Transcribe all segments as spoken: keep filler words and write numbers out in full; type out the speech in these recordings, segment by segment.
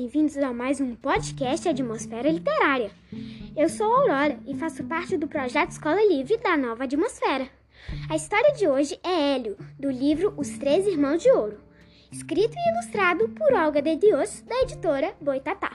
bem-vindos a mais um podcast Atmosfera Literária. Eu sou a Aurora e faço parte do projeto Escola Livre da Nova Atmosfera. A história de hoje é Hélio, do livro Os Três Irmãos de Ouro, escrito e ilustrado por Olga de Dios, da editora Boitatá.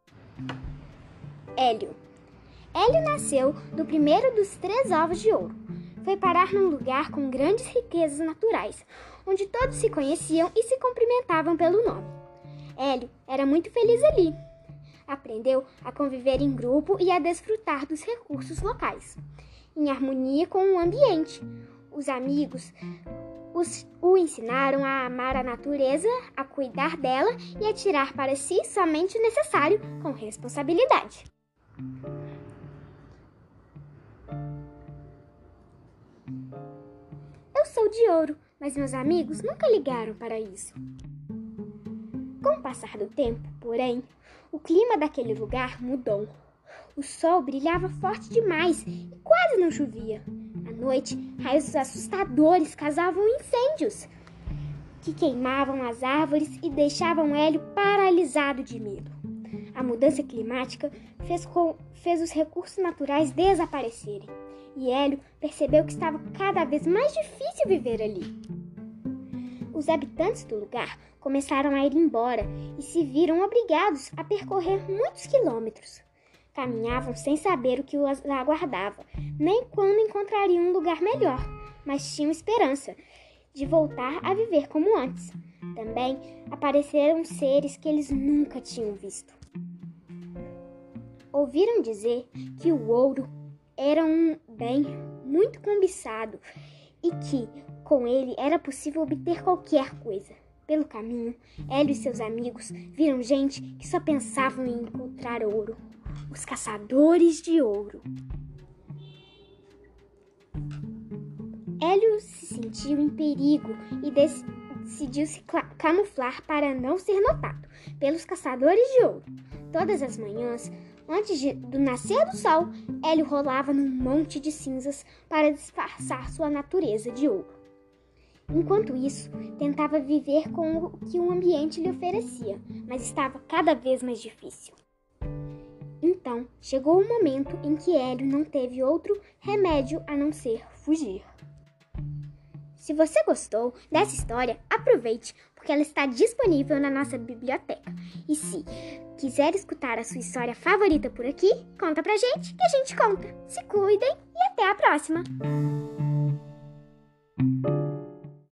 Hélio. Hélio nasceu do primeiro dos três ovos de ouro. Foi parar num lugar com grandes riquezas naturais, onde todos se conheciam e se cumprimentavam pelo nome. Hélio era muito feliz ali. Aprendeu a conviver em grupo e a desfrutar dos recursos locais, em harmonia com o ambiente. Os amigos os, o ensinaram a amar a natureza, a cuidar dela e a tirar para si somente o necessário com responsabilidade. Eu sou de ouro, mas meus amigos nunca ligaram para isso. Com o passar do tempo, porém, o clima daquele lugar mudou. O sol brilhava forte demais e quase não chovia. À noite, raios assustadores causavam incêndios que queimavam as árvores e deixavam Hélio paralisado de medo. A mudança climática fez, com, fez os recursos naturais desaparecerem e Hélio percebeu que estava cada vez mais difícil viver ali. Os habitantes do lugar começaram a ir embora e se viram obrigados a percorrer muitos quilômetros. Caminhavam sem saber o que os aguardava, nem quando encontrariam um lugar melhor, mas tinham esperança de voltar a viver como antes. Também apareceram seres que eles nunca tinham visto. Ouviram dizer que o ouro era um bem muito cobiçado e que, com ele, era possível obter qualquer coisa. Pelo caminho, Hélio e seus amigos viram gente que só pensavam em encontrar ouro. Os caçadores de ouro. Hélio se sentiu em perigo e decidiu se camuflar para não ser notado pelos caçadores de ouro. Todas as manhãs, antes de, do nascer do sol, Hélio rolava num monte de cinzas para disfarçar sua natureza de ouro. Enquanto isso, tentava viver com o que o ambiente lhe oferecia, mas estava cada vez mais difícil. Então, chegou o momento em que Hélio não teve outro remédio a não ser fugir. Se você gostou dessa história, aproveite, porque ela está disponível na nossa biblioteca. E se quiser escutar a sua história favorita por aqui, conta pra gente que a gente conta. Se cuidem e até a próxima!